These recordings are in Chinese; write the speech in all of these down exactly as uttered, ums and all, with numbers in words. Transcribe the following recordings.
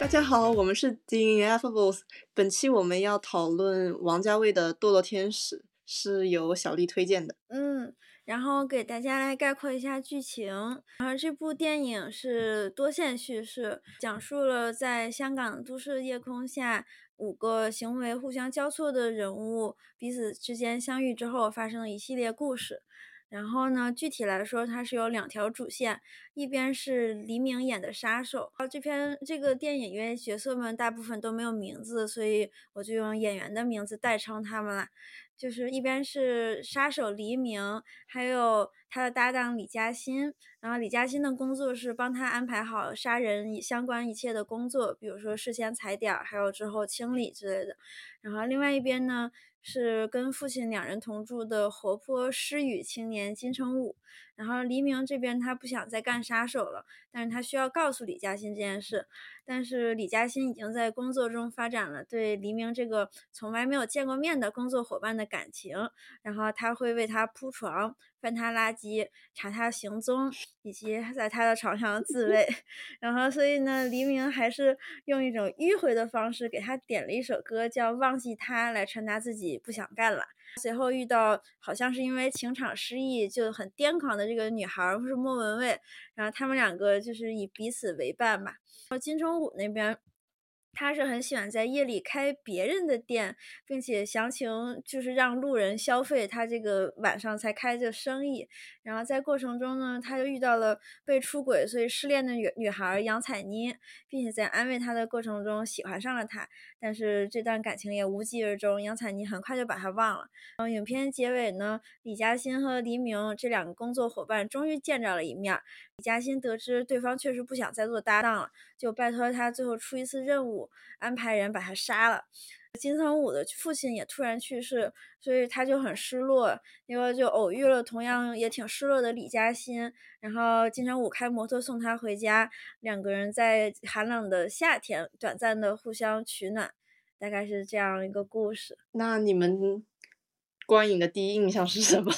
家好，我们是 The Ineffables， 本期我们要讨论王家卫的《堕落天使》，是由小丽推荐的。 嗯，然后给大家来概括一下剧情。然后这部电影是多线叙事，讲述了在香港都市夜空下，五个行为互相交错的人物彼此之间相遇之后发生的一系列故事。然后呢，具体来说，它是有两条主线，一边是黎明演的杀手。这篇这个电影因为角色们大部分都没有名字，所以我就用演员的名字代称他们了。就是一边是杀手黎明，还有他的搭档李嘉欣。然后李嘉欣的工作是帮他安排好杀人相关一切的工作，比如说事先踩点，还有之后清理之类的。然后另外一边呢，是跟父亲两人同住的活泼诗语青年金城武。然后黎明这边他不想再干杀手了，但是他需要告诉李嘉欣这件事。但是李嘉欣已经在工作中发展了对黎明这个从来没有见过面的工作伙伴的感情，然后他会为他铺床，翻他垃圾，查他行踪，以及在他的床上自慰。然后所以呢，黎明还是用一种迂回的方式给他点了一首歌叫《忘记他》，来传达自己不想干了。随后遇到好像是因为情场失意就很癫狂的这个女孩是莫文蔚，然后他们两个就是以彼此为伴吧。金城武那边他是很喜欢在夜里开别人的店，并且详情就是让路人消费他这个晚上才开的生意。然后在过程中呢，他就遇到了被出轨所以失恋的女女孩杨采妮，并且在安慰她的过程中喜欢上了她，但是这段感情也无疾而终，杨采妮很快就把他忘了。然后影片结尾呢，李嘉欣和黎明这两个工作伙伴终于见着了一面。李嘉欣得知对方确实不想再做搭档了，就拜托他最后出一次任务，安排人把他杀了。金城武的父亲也突然去世，所以他就很失落，因为就偶遇了同样也挺失落的李嘉欣。然后金城武开摩托送他回家，两个人在寒冷的夏天短暂的互相取暖，大概是这样一个故事。 那你们观影的第一印象是什么？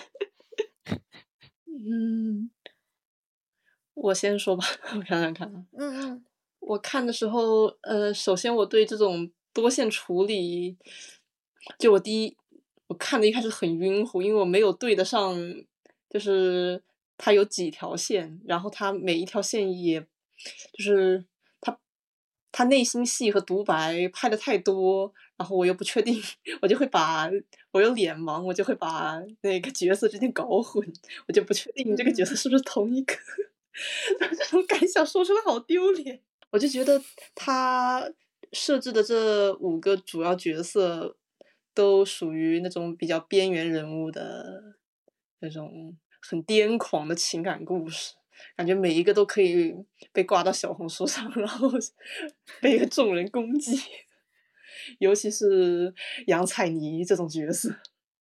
嗯，我先说吧，我想想看啊。 嗯嗯， 我看的时候，呃，首先我对这种多线处理，就我第一我看的一开始很晕乎，因为我没有对得上，就是它有几条线，然后它每一条线也就是它它内心戏和独白拍的太多，然后我又不确定，我就会把我有脸盲，我就会把那个角色之间搞混，我就不确定这个角色是不是同一个。这种感想说出来好丢脸。我就觉得他设置的这五个主要角色都属于那种比较边缘人物的那种很癫狂的情感故事，感觉每一个都可以被挂到小红书上，然后被众人攻击，尤其是杨采妮这种角色。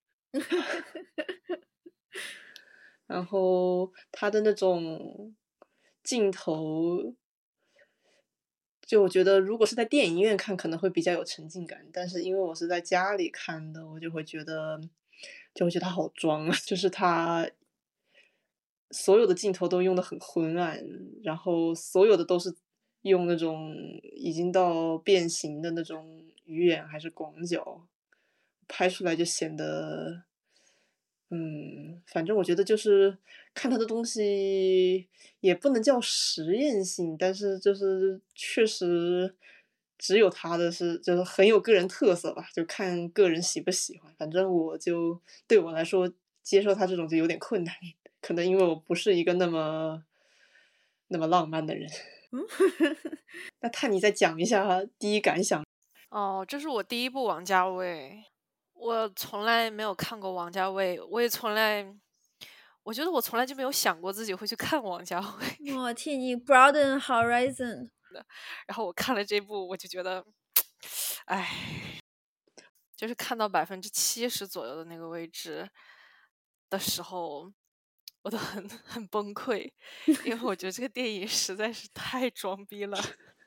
然后他的那种镜头，就我觉得如果是在电影院看可能会比较有沉浸感，但是因为我是在家里看的，我就会觉得就会觉得他好装啊，就是他所有的镜头都用的很昏暗，然后所有的都是用那种已经到变形的那种鱼眼还是广角，拍出来就显得嗯，反正我觉得就是看他的东西也不能叫实验性，但是就是确实只有他的是就是很有个人特色吧，就看个人喜不喜欢。反正我就对我来说接受他这种就有点困难，可能因为我不是一个那么那么浪漫的人。那看你再讲一下第一感想。 哦，这是我第一部王家卫，我从来没有看过王家卫，我也从来，我觉得我从来就没有想过自己会去看王家卫。 我替你 broaden horizon。 然后我看了这部，我就觉得，哎，就是看到百分之七十左右的那个位置的时候，我都很很崩溃，因为我觉得这个电影实在是太装逼了。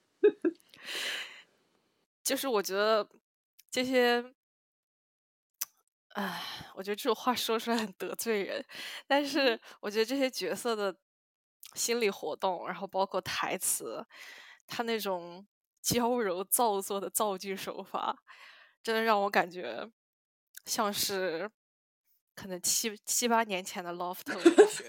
就是我觉得这些，唉，我觉得这种话说出来很得罪人，但是我觉得这些角色的心理活动，然后包括台词，他那种娇柔造作的造句手法，真的让我感觉像是可能七七八年前的 loft 文学。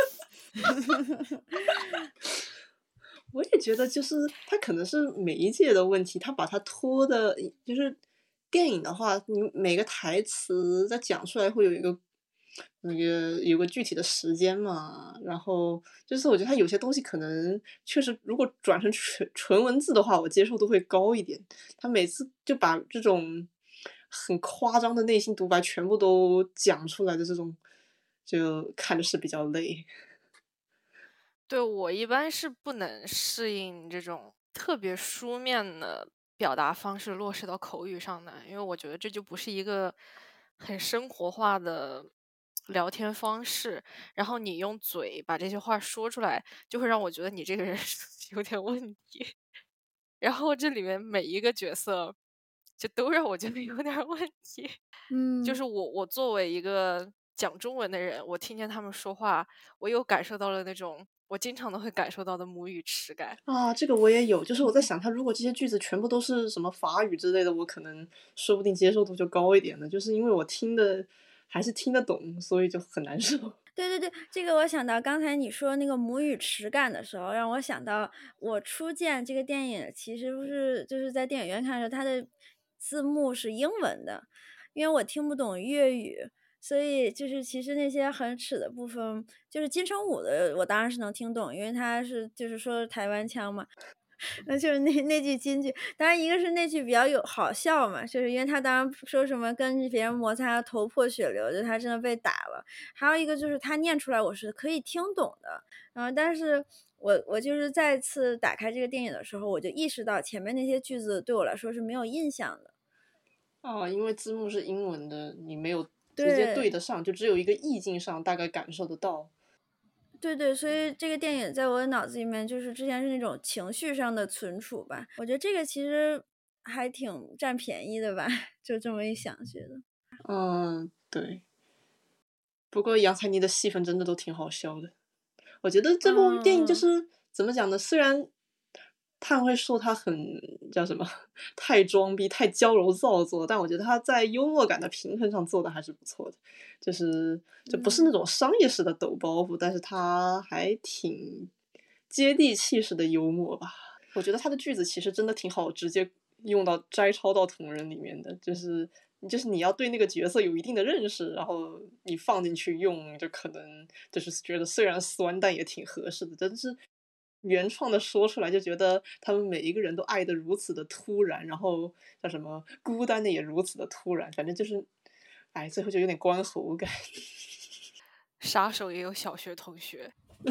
我也觉得，就是他可能是媒介的问题，他把它拖的，就是电影的话，你每个台词在讲出来会有一个那个有个具体的时间嘛，然后就是我觉得他有些东西可能确实，如果转成纯纯文字的话，我接受度会高一点。他每次就把这种很夸张的内心独白全部都讲出来的这种，就看着是比较累。 对，我一般是不能适应这种特别书面的表达方式落实到口语上的，因为我觉得这就不是一个很生活化的聊天方式。然后你用嘴把这些话说出来，就会让我觉得你这个人有点问题。然后这里面每一个角色，就都让我觉得有点问题。 嗯， 就是我，我作为一个讲中文的人，我听见他们说话，我又感受到了那种我经常都会感受到的母语耻感。 啊，这个我也有，就是我在想，他如果这些句子全部都是什么法语之类的，我可能说不定接受度就高一点了。就是因为我听的还是听得懂，所以就很难受。 对对对，这个我想到刚才你说那个母语耻感的时候，让我想到我初见这个电影，其实不是就是在电影院看的时候，它的字幕是英文的，因为我听不懂粤语，所以就是其实那些很耻的部分，就是金城武的，我当然是能听懂，因为他是就是说台湾腔嘛。那就是那那句金句，当然一个是那句比较有好笑嘛，就是因为他当时说什么跟别人摩擦头破血流，就他真的被打了。还有一个就是他念出来我是可以听懂的，然后但是我我就是再次打开这个电影的时候，我就意识到前面那些句子对我来说是没有印象的。 啊，因为字幕是英文的，你没有直接对得上，就只有一个意境上大概感受得到。 对对，所以这个电影在我的脑子里面就是之前是那种情绪上的存储吧。我觉得这个其实还挺占便宜的吧，就这么一想觉得。 嗯，对。不过杨采妮的戏份真的都挺好笑的。我觉得这部电影就是、嗯、怎么讲呢？虽然他会说他很叫什么太装逼、太娇柔造作，但我觉得他在幽默感的平衡上做的还是不错的。就是就不是那种商业式的抖包袱，嗯、但是他还挺接地气式的幽默吧。我觉得他的句子其实真的挺好直接用到摘抄到同人里面的，就是就是你要对那个角色有一定的认识，然后你放进去用，就可能就是觉得虽然酸，但也挺合适的。真是原创的说出来，就觉得他们每一个人都爱得如此的突然，然后叫什么孤单的也如此的突然，反正就是，哎，最后就有点观后感。 杀手也有小学同学，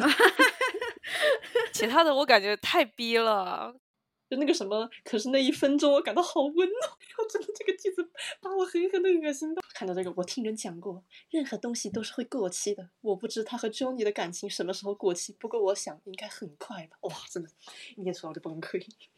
其他的我感觉太逼了。 就那个什么，可是那一分钟我感到好温暖，然后真的这个句子把我狠狠的恶心到。看到这个，我听人讲过，任何东西都是会过期的。我不知他和 Johnny 的感情什么时候过期，不过我想应该很快吧。哇，真的，念出来就崩溃。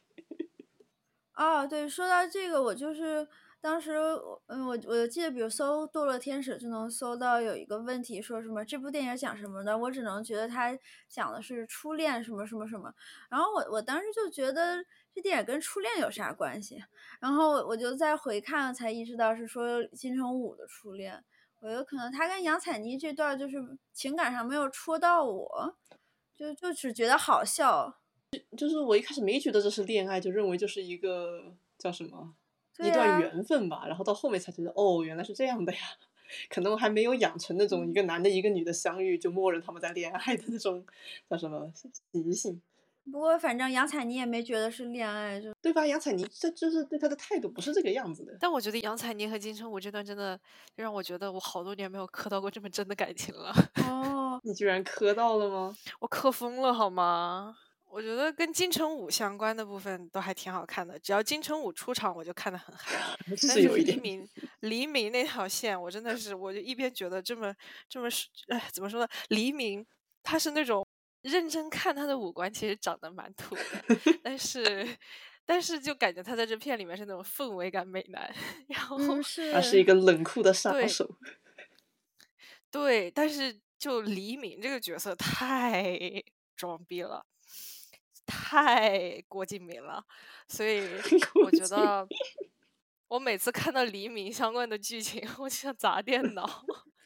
哦，对，说到这个，我就是当时，嗯，我我记得，比如搜《堕落天使》就能搜到有一个问题，说什么这部电影讲什么的，我只能觉得它讲的是初恋什么什么什么。然后我我当时就觉得这电影跟初恋有啥关系？然后我就再回看才意识到是说金城武的初恋。我觉得可能他跟杨采妮这段就是情感上没有戳到我，就就只觉得好笑。 就是我一开始没觉得这是恋爱，就认为就是一个叫什么、 啊、 一段缘分吧，然后到后面才觉得哦，原来是这样的呀。可能我还没有养成那种一个男的一个女的相遇就默认他们在恋爱的那种叫什么习性。 不过反正杨采妮也没觉得是恋爱，就对吧？杨采妮这就是对他的态度不是这个样子的。 但我觉得杨采妮和金城武这段真的让我觉得我好多年没有磕到过这么真的感情了。 哦， 你居然磕到了吗？ 我磕疯了好吗？我觉得跟金城武相关的部分都还挺好看的，只要金城武出场我就看得很嗨。但是黎明黎明那条线我真的是，我就一边觉得这么这么哎怎么说呢，黎明他是那种认真看他的五官其实长得蛮土的，但是但是就感觉他在这片里面是那种氛围感美男，然后、 嗯、是他是一个冷酷的杀手。 对，对，但是就黎明这个角色太装逼了。 太郭敬明了，所以我觉得我每次看到黎明相关的剧情，我就想砸电脑。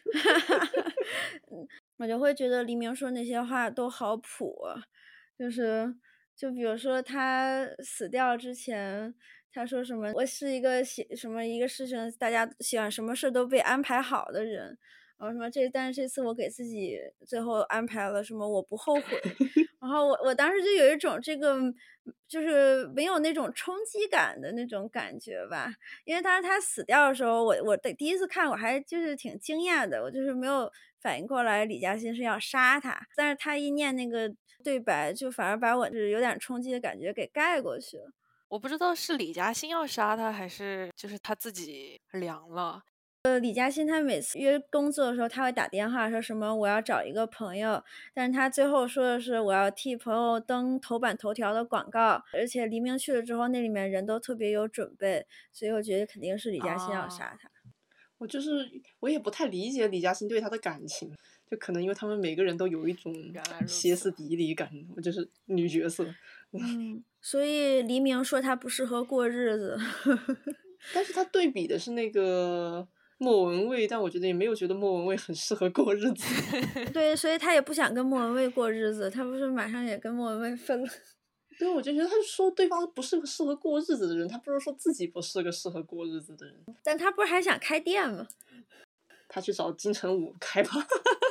我就会觉得黎明说那些话都好普啊，就是就比如说他死掉之前，他说什么我是一个喜什么一个事情大家喜欢什么事都被安排好的人，然后什么这但是这次我给自己最后安排了什么我不后悔，然后我我当时就有一种这个就是没有那种冲击感的那种感觉吧，因为当时他死掉的时候，我我第一次看我还就是挺惊讶的，我就是没有反应过来李嘉欣是要杀他，但是他一念那个对白，就反而把我就是有点冲击的感觉给盖过去了。 我不知道是李嘉欣要杀他，还是就是他自己凉了。 呃，李嘉欣她每次约工作的时候，她会打电话说什么我要找一个朋友，但是她最后说的是我要替朋友登头版头条的广告，而且黎明去了之后，那里面人都特别有准备，所以我觉得肯定是李嘉欣要杀他。 我就是我也不太理解李嘉欣对他的感情，就可能因为他们每个人都有一种歇斯底里感，我就是女角色。 嗯，所以黎明说他不适合过日子。 但是他对比的是那个莫文蔚，但我觉得也没有觉得莫文蔚很适合过日子。 对，所以他也不想跟莫文蔚过日子，他不是马上也跟莫文蔚分了。 对，我就觉得他说对方不是个适合过日子的人，他不是说自己不是个适合过日子的人。 但他不是还想开店吗？ 他去找金城武开吧。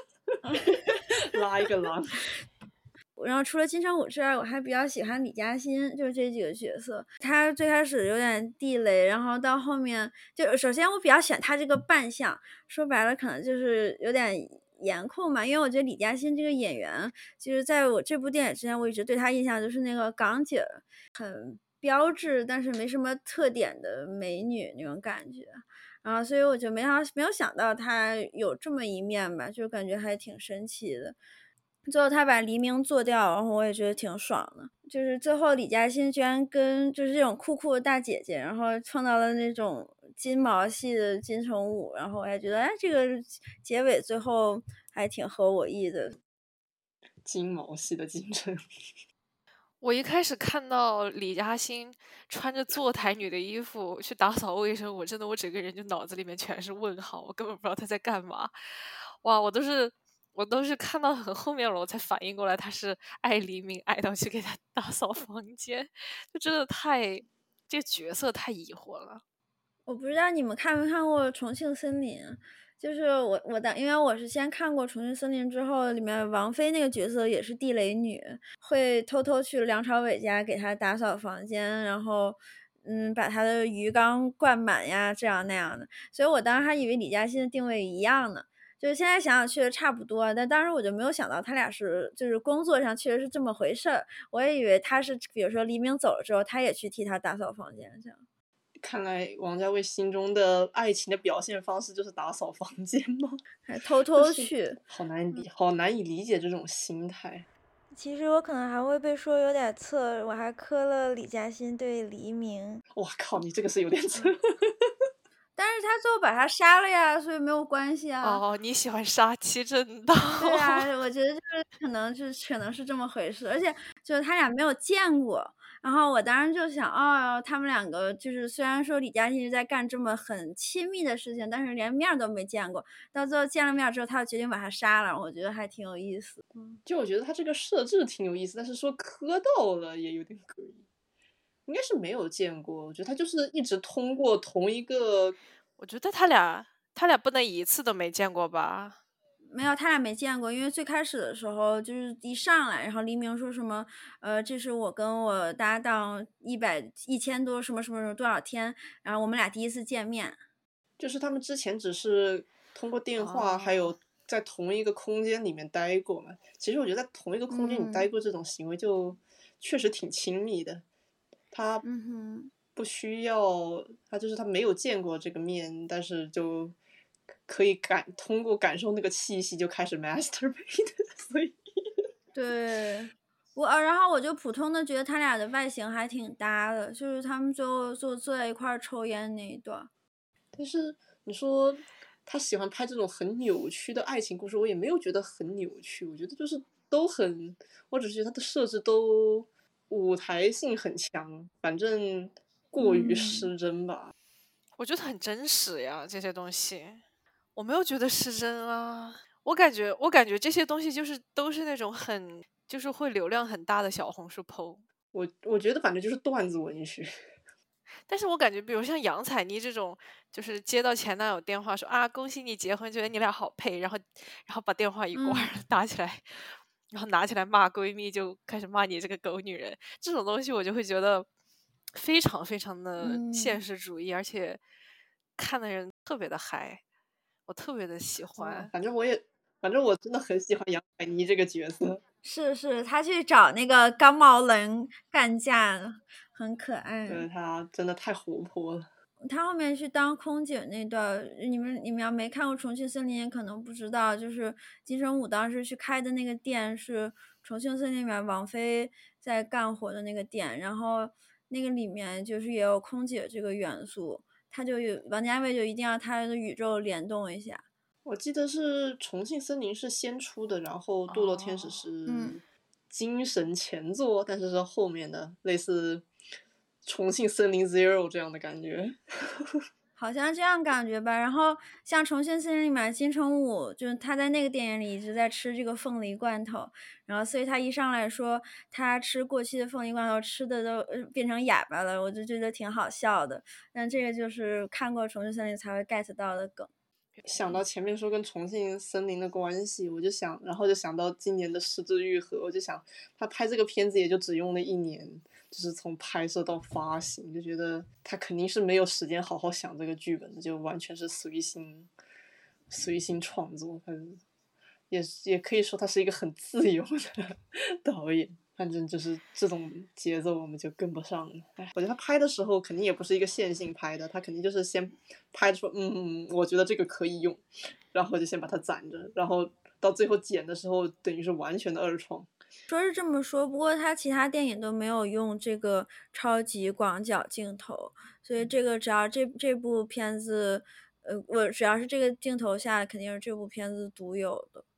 拉一个狼。 然后除了金城武之外，我还比较喜欢李嘉欣，就是这几个角色。他最开始有点地雷，然后到后面就首先我比较喜欢他这个扮相，说白了可能就是有点颜控嘛，因为我觉得李嘉欣这个演员，就是在我这部电影之前，我一直对他印象就是那个港姐，很标致但是没什么特点的美女那种感觉。然后所以我就没想没有想到他有这么一面吧，就感觉还挺神奇的。最后他把黎明做掉，然后我也觉得挺爽的。就是最后李嘉欣居然跟就是这种酷酷的大姐姐，然后碰到了那种金毛系的金城武，然后我还觉得哎，这个结尾最后还挺合我意的。 金毛系的金城。 我一开始看到李嘉欣穿着坐台女的衣服去打扫卫生，我真的我整个人就脑子里面全是问号，我根本不知道她在干嘛。哇，我都是我都是看到很后面了，我才反应过来她是爱黎明爱到去给他打扫房间，就真的太这个角色太疑惑了。 我不知道你们看没看过《重庆森林》，就是我我的，因为我是先看过《重庆森林》之后，里面王菲那个角色也是地雷女，会偷偷去梁朝伟家给他打扫房间，然后嗯把他的鱼缸灌满呀，这样那样的，所以我当时还以为李嘉欣的定位一样呢。就是现在想想确实差不多，但当时我就没有想到他俩是就是工作上确实是这么回事儿，我也以为他是比如说黎明走了之后，他也去替他打扫房间这样。 看来王家卫心中的爱情的表现方式就是打扫房间吗？ 还偷偷去， 好难理，好难以理解这种心态。 其实我可能还会被说有点侧，我还磕了李嘉欣对黎明。 我靠，你这个是有点扯。 但是他最后把他杀了呀，所以没有关系啊。 哦，你喜欢杀气正道。 对啊，我觉得就是可能就是可能是这么回事，而且就是他俩没有见过。然后我当时就想，哦，他们两个就是虽然说李嘉欣是在干这么很亲密的事情，但是连面都没见过。到最后见了面之后，他就决定把他杀了，我觉得还挺有意思。 嗯，就我觉得他这个设置挺有意思，但是说磕到了也有点诡异。应该是没有见过，我觉得他就是一直通过同一个。 我觉得他俩他俩不能一次都没见过吧？ 没有，他俩没见过，因为最开始的时候就是一上来，然后黎明说什么，呃，这是我跟我搭档一百一千多什么什么多少天，然后我们俩第一次见面。 就是他们之前只是通过电话， 哦、 还有在同一个空间里面待过嘛。其实我觉得在同一个空间里待过这种行为就确实挺亲密的。他不需要，他就是他没有见过这个面，但是就可以感通过感受那个气息就开始 masturbate， 所以对我，然后我就普通的觉得他俩的外形还挺搭的，就是他们最后坐坐在一块儿抽烟那一段。 但是你说他喜欢拍这种很扭曲的爱情故事，我也没有觉得很扭曲，我觉得就是都很，我只是觉得他的设置都舞台性很强，反正过于嗯失真吧。 我觉得很真实呀，这些东西我没有觉得失真啊。我感觉我感觉这些东西就是都是那种很就是会流量很大的小红书 po。 我我觉得反正就是段子文学。 但是我感觉比如像杨采妮这种，就是接到前男友电话说啊恭喜你结婚，觉得你俩好配，然后然后把电话一挂、 嗯打起来，然后拿起来骂闺蜜，就开始骂你这个狗女人，这种东西我就会觉得非常非常的现嗯， 实主义，而且看的人特别的嗨，我特别的喜啊， 欢。 反正我也，反正我真的很喜欢杨采妮这个角色。 是是，他去找那个钢毛人干架，很可爱。 对，她真的太活泼了。 他后面去当空姐那段，你们你们要没看过《重庆森林》，可能不知道，就是金城武当时去开的那个店是重庆森林里面王菲在干活的那个店，然后那个里面就是也有空姐这个元素，他就有王家卫就一定要他的宇宙联动一下。 我记得是重庆森林是先出的，然后堕落天使哦， 嗯是精神前作，但是是后面的，类似重庆森林 Zero 这样的感觉。 好像这样感觉吧。然后像《重庆森林》里面金城武，就是他在那个电影里一直在吃这个凤梨罐头，然后所以他一上来说他吃过期的凤梨罐头，吃的都呃变成哑巴了，我就觉得挺好笑的。但这个就是看过《重庆森林》才会 get 到的梗。 想到前面说跟重庆森林的关系，我就想，然后就想到今年的失之愈合，我就想他拍这个片子也就只用了一年，就是从拍摄到发行，就觉得他肯定是没有时间好好想这个剧本的，就完全是随心随心创作，他也也可以说他是一个很自由的导演。反正就是这种节奏我们就跟不上了。哎，我觉得他拍的时候肯定也不是一个线性拍的，他肯定就是先拍的说，嗯，我觉得这个可以用，然后就先把它攒着，然后到最后剪的时候，等于是完全的二创。 说是这么说，不过他其他电影都没有用这个超级广角镜头，所以这个只要这这部片子，呃，我只要是这个镜头下，肯定是这部片子独有的。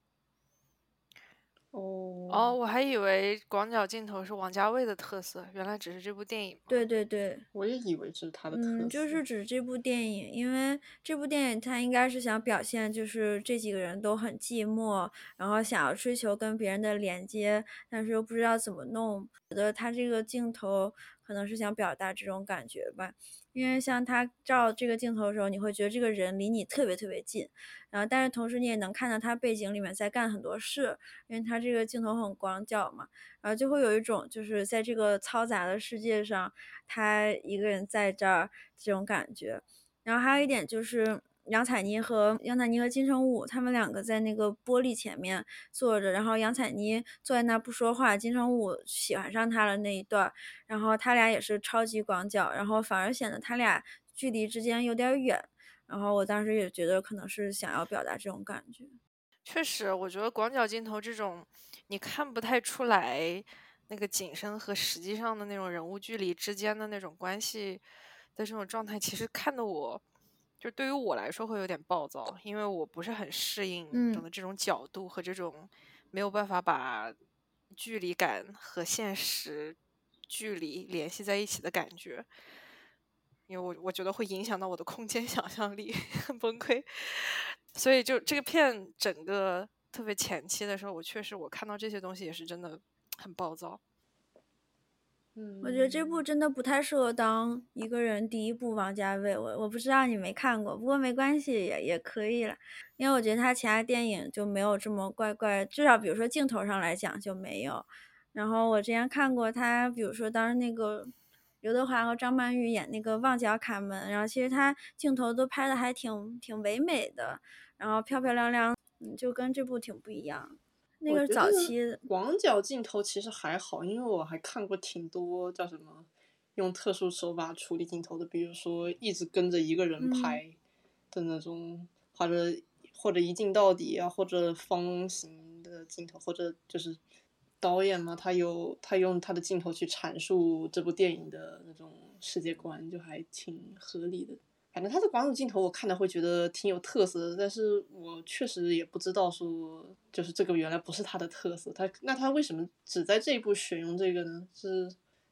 哦， 哦， 我还以为广角镜头是王家卫的特色，原来只是这部电影吗？ 对对对。 我也以为这是他的特嗯， 色。 就是指这部电影，因为这部电影它应该是想表现，就是这几个人都很寂寞，然后想要追求跟别人的连接，但是又不知道怎么弄。觉得他这个镜头可能是想表达这种感觉吧，因为像他照这个镜头的时候，你会觉得这个人离你特别特别近，然后但是同时你也能看到他背景里面在干很多事，因为他这个镜头很广角嘛。然后就会有一种就是在这个嘈杂的世界上，他一个人在这儿这种感觉。然后还有一点就是杨采妮和杨采妮和金城武他们两个在那个玻璃前面坐着，然后杨采妮坐在那不说话，金城武喜欢上她了那一段，然后他俩也是超级广角，然后反而显得他俩距离之间有点远。然后我当时也觉得可能是想要表达这种感觉。 确实，我觉得广角镜头这种，你看不太出来那个景深和实际上的那种人物距离之间的那种关系的这种状态，其实看得我，就对于我来说会有点暴躁，因为我不是很适应嗯， 的这种角度和这种没有办法把距离感和现实距离联系在一起的感觉。因为我我觉得会影响到我的空间想象力，很崩溃。所以就这个片整个特别前期的时候，我确实我看到这些东西也是真的很暴躁。 嗯， 我觉得这部真的不太适合当一个人第一部王家卫，我我不知道你没看过，不过没关系，也也可以了，因为我觉得他其他电影就没有这么怪怪，至少比如说镜头上来讲就没有。然后我之前看过他，比如说当时那个刘德华和张曼玉演那个《旺角卡门》，然后其实他镜头都拍的还挺挺唯美的，然后漂漂亮亮，嗯，就跟这部挺不一样。那个是我觉得早期的。 广角镜头其实还好，因为我还看过挺多叫什么用特殊手法处理镜头的，比如说一直跟着一个人嗯拍的那种，或者或者一镜到底啊，或者方形的镜头，或者就是导演嘛，他有他用他的镜头去阐述这部电影的那种世界观，就还挺合理的。反正他的广角镜头我看的会觉得挺有特色的，但是我确实也不知道说，就是这个原来不是他的特色，他那他为什么只在这一部选用这个呢？是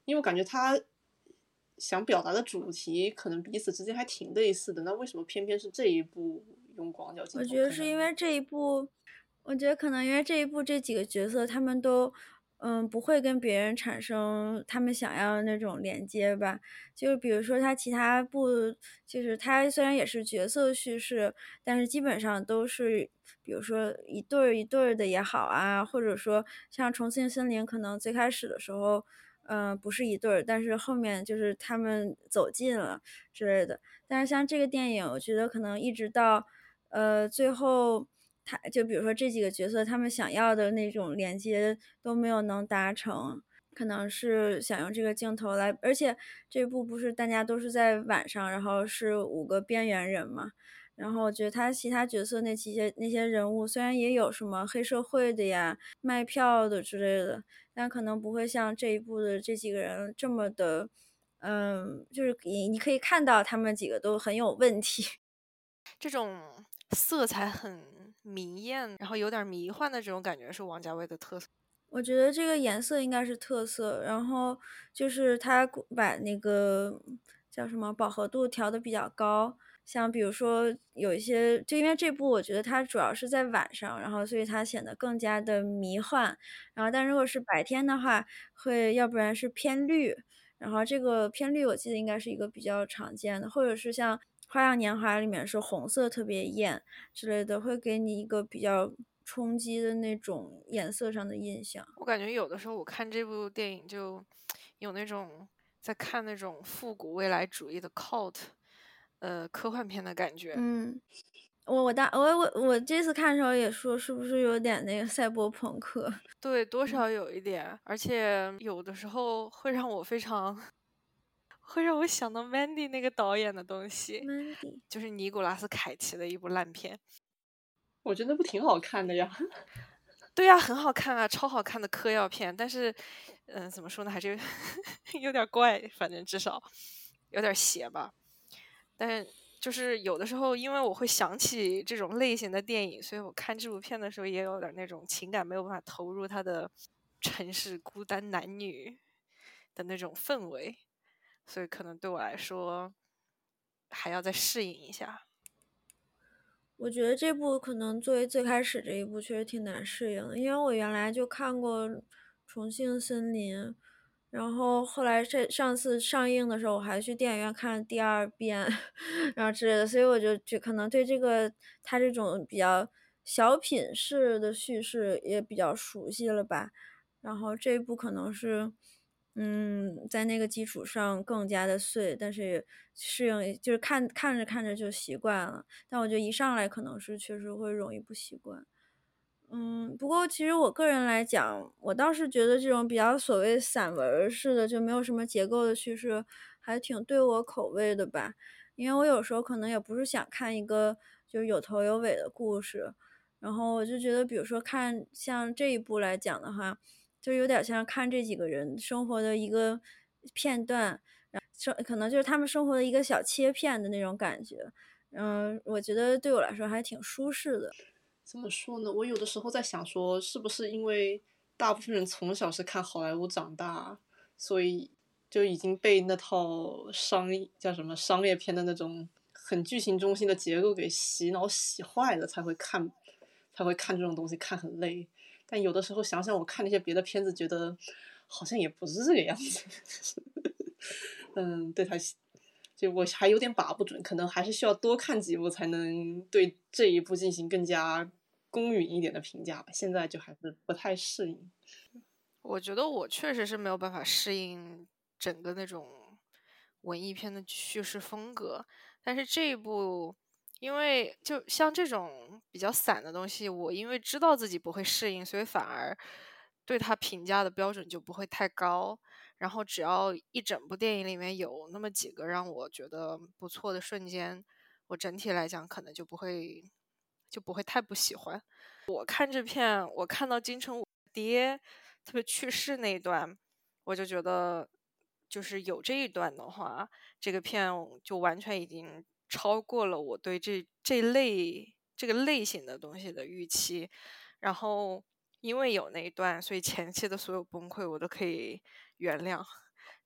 因为我感觉他想表达的主题可能彼此之间还挺类似的，那为什么偏偏是这一部用广角镜头？ 我觉得是因为这一部，我觉得可能因为这一部这几个角色他们都嗯不会跟别人产生他们想要的那种连接吧。就比如说他其他部，就是他虽然也是角色叙事，但是基本上都是比如说一对儿一对儿的也好啊，或者说像重庆森林可能最开始的时候嗯、呃不是一对儿，但是后面就是他们走近了之类的。但是像这个电影我觉得可能一直到呃最后他就比如说这几个角色他们想要的那种连接都没有能达成，可能是想用这个镜头来，而且这部不是大家都是在晚上，然后是五个边缘人嘛，然后我觉得他其他角色那些那些人物虽然也有什么黑社会的呀、卖票的之类的，但可能不会像这一部的这几个人这么的，嗯，就是你你可以看到他们几个都很有问题。 这种色彩很迷艳，然后有点迷幻的这种感觉是王家卫的特色。 我觉得这个颜色应该是特色，然后就是他把那个叫什么饱和度调的比较高，像比如说有一些，就因为这部我觉得它主要是在晚上，然后所以它显得更加的迷幻，然后但如果是白天的话，会要不然是偏绿，然后这个偏绿我记得应该是一个比较常见的，或者是像花样年华里面是红色特别艳之类的，会给你一个比较冲击的那种颜色上的印象。 我感觉有的时候我看这部电影就有那种在看那种复古未来主义的 cult， 呃，科幻片的感觉。 嗯，我我大我我我这次看的时候也说是不是有点那个赛博朋克？ 对，多少有一点，而且有的时候会让我非常会让我想到 Mandy 那个导演的东西， Mandy 就是尼古拉斯凯奇的一部烂片。 我觉得那不挺好看的呀。 对呀，很好看啊，超好看的嗑药片，但是，嗯、怎么说呢，还是有点怪，反正至少有点邪吧。但是就是有的时候，因为我会想起这种类型的电影，所以我看这部片的时候也有点那种情感没有办法投入他的城市孤单男女的那种氛围，所以可能对我来说还要再适应一下。 我觉得这部可能作为最开始这一部确实挺难适应的，因为我原来就看过《重庆森林》，然后后来这上次上映的时候我还去电影院看了第二遍，然后之类的，所以我就就可能对这个它这种比较小品式的叙事也比较熟悉了吧。然后这一部可能是，嗯，在那个基础上更加的碎，但是适应就是看看着看着就习惯了。但我觉得一上来可能是确实会容易不习惯。嗯，不过其实我个人来讲，我倒是觉得这种比较所谓散文式的，就没有什么结构的叙事，还挺对我口味的吧。因为我有时候可能也不是想看一个就是有头有尾的故事，然后我就觉得，比如说看像这一部来讲的话，就有点像看这几个人生活的一个片段，生可能就是他们生活的一个小切片的那种感觉。嗯，我觉得对我来说还挺舒适的。 怎么说呢？我有的时候在想说，是不是因为大部分人从小是看好莱坞长大，所以就已经被那套商叫什么商业片的那种很剧情中心的结构给洗脑洗坏了，才会看才会看这种东西看很累。但有的时候想想，我看那些别的片子，觉得好像也不是这个样子。嗯，对他，就我还有点把不准，可能还是需要多看几部才能对这一部进行更加公允一点的评价吧。现在就还是不太适应。 我觉得我确实是没有办法适应整个那种文艺片的叙事风格，但是这一部，因为就像这种比较散的东西，我因为知道自己不会适应，所以反而对它评价的标准就不会太高。然后只要一整部电影里面有那么几个让我觉得不错的瞬间，我整体来讲可能就不会就不会太不喜欢。我看这片，我看到金城武爹特别去世那一段，我就觉得，就是有这一段的话，这个片就完全已经超过了我对这这类这个类型的东西的预期。然后因为有那一段，所以前期的所有崩溃我都可以原谅。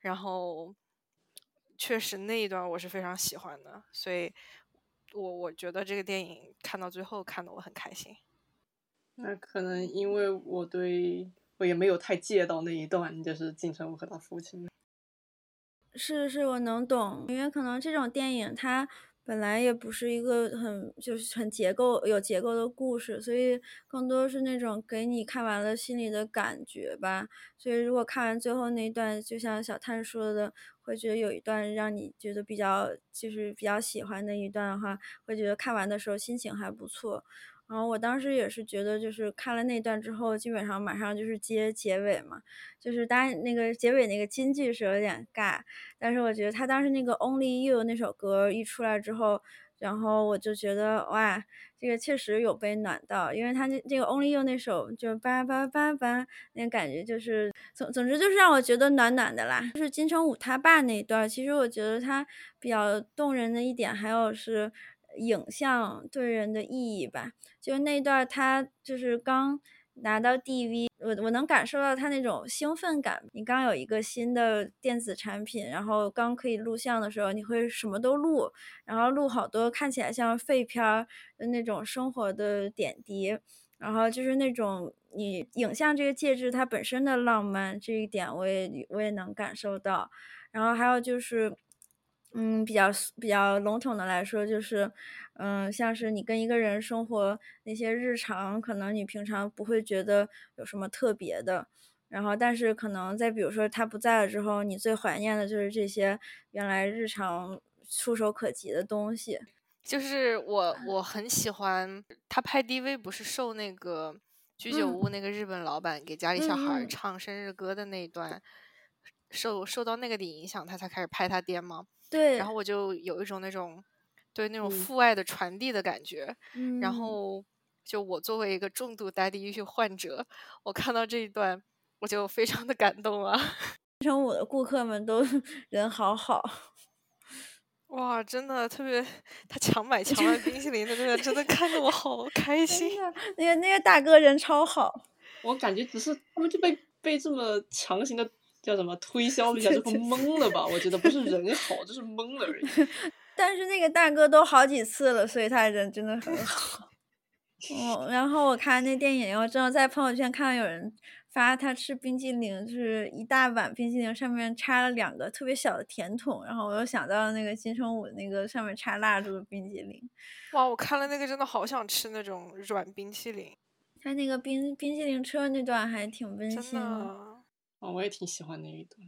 然后确实那一段我是非常喜欢的，所以我我觉得这个电影看到最后看得我很开心。 那可能因为我对我也没有太介到那一段，就是金城武和他父亲。 是是，我能懂，因为可能这种电影它本来也不是一个很就是很结构有结构的故事，所以更多是那种给你看完了心里的感觉吧。所以如果看完最后那一段，就像小探说的，会觉得有一段让你觉得比较就是比较喜欢的一段的话，会觉得看完的时候心情还不错。然后我当时也是觉得，就是看了那段之后，基本上马上就是接结尾嘛，就是当然那个结尾那个金句是有点尬，但是我觉得他当时那个 Only You 那首歌一出来之后，然后我就觉得哇，这个确实有被暖到，因为他这这个 Only You 那首就叭叭叭叭，那感觉就是总总之就是让我觉得暖暖的啦。就是金城武他爸那一段，其实我觉得他比较动人的一点，还有是影像对人的意义吧。就那段他就是刚拿到 D V， 我我能感受到他那种兴奋感。你刚有一个新的电子产品，然后刚可以录像的时候，你会什么都录，然后录好多看起来像废片儿的那种生活的点滴，然后就是那种你影像这个介质它本身的浪漫，这一点我也我也能感受到。然后还有就是嗯，比较比较笼统的来说，就是，嗯，像是你跟一个人生活那些日常，可能你平常不会觉得有什么特别的，然后但是可能再比如说他不在了之后，你最怀念的就是这些原来日常触手可及的东西。 就是我我很喜欢他拍 D V， 不是受那个居酒嗯屋那个日本老板给家里小孩嗯嗯， 唱生日歌的那一段，受受到那个的影响，他才开始拍他爹吗？ 对， 然后我就有一种那种对那种嗯父爱的传递的感觉。然嗯， 后就我作为一个重度 daddy issue 患者，我看到这一段我就非常的感动啊。 金城武的顾客们都人好好。 哇，真的特别，他强买强卖冰淇淋的那个，真的看得我好开心。 真的，那个那个大哥人超好。 我感觉只是他们就被被这么强行的叫什么推销了一下，就对对懵了吧？我觉得不是人好，就是懵了而已。 但是那个大哥都好几次了，所以他人真的很好。嗯，然后我看那电影，我正好在朋友圈看到有人发他吃冰激凌，就是一大碗冰激凌上面插了两个特别小的甜筒，然后我又想到了那个金城武那个上面插蜡烛的冰激凌。 哇，我看了那个真的好想吃那种软冰淇淋， 他那个冰冰激凌车那段还挺温真馨的。 的。 啊，我也挺喜欢那一段。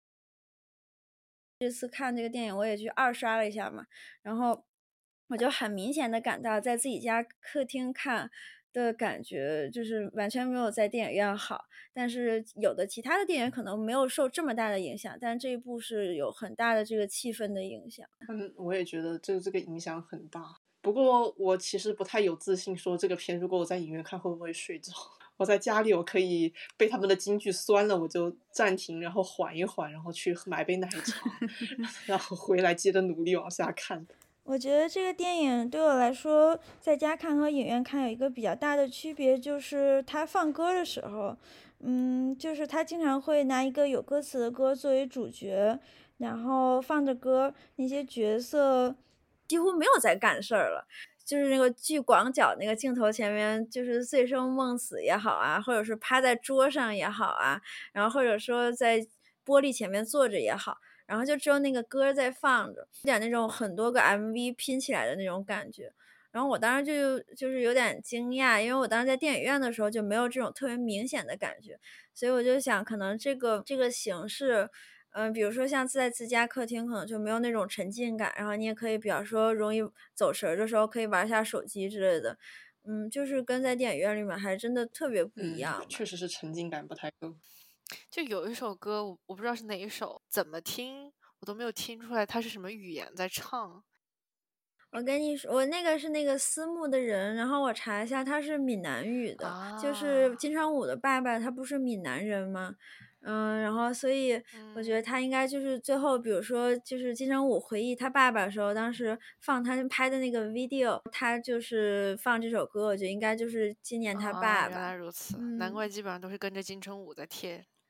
这次看这个电影，我也去二刷了一下嘛，然后我就很明显的感到，在自己家客厅看的感觉，就是完全没有在电影院好。但是有的其他的电影可能没有受这么大的影响，但这一部是有很大的这个气氛的影响。 嗯，我也觉得这这个影响很大。不过我其实不太有自信说这个片如果我在影院看会不会睡着。我在家里我可以被他们的金句酸了，我就暂停，然后缓一缓，然后去买杯奶茶，然后回来接着努力往下看。 我觉得这个电影对我来说，在家看和影院看有一个比较大的区别，就是他放歌的时候，嗯，就是他经常会拿一个有歌词的歌作为主角，然后放着歌，那些角色几乎没有在干事儿了。就是那个巨广角那个镜头前面，就是醉生梦死也好啊，或者是趴在桌上也好啊，然后或者说在玻璃前面坐着也好，然后就只有那个歌在放着，有点那种很多个 M V 拼起来的那种感觉。然后我当时就就是有点惊讶，因为我当时在电影院的时候就没有这种特别明显的感觉，所以我就想，可能这个这个形式。嗯，比如说像在自家客厅，可能就没有那种沉浸感，然后你也可以，比方说容易走神儿的时候，可以玩一下手机之类的。嗯，就是跟在电影院里面还真的特别不一嗯， 样吧。 确实是沉浸感不太够。 就有一首歌，我我不知道是哪一首，怎么听我都没有听出来它是什么语言在唱。 我跟你说，我那个是那个私募的人，然后我查一下，他是闽南语的，就是啊， 金城武的爸爸，他不是闽南人吗？嗯，然后所以我觉得嗯他应该就是最后，比如说就是金城武回忆他爸爸的时候，当时放他拍的那个 video，他就是放这首歌，我觉得应该就是纪念他啊，原爸爸。 来如此，难嗯， 怪基本上都是跟着金城武在贴。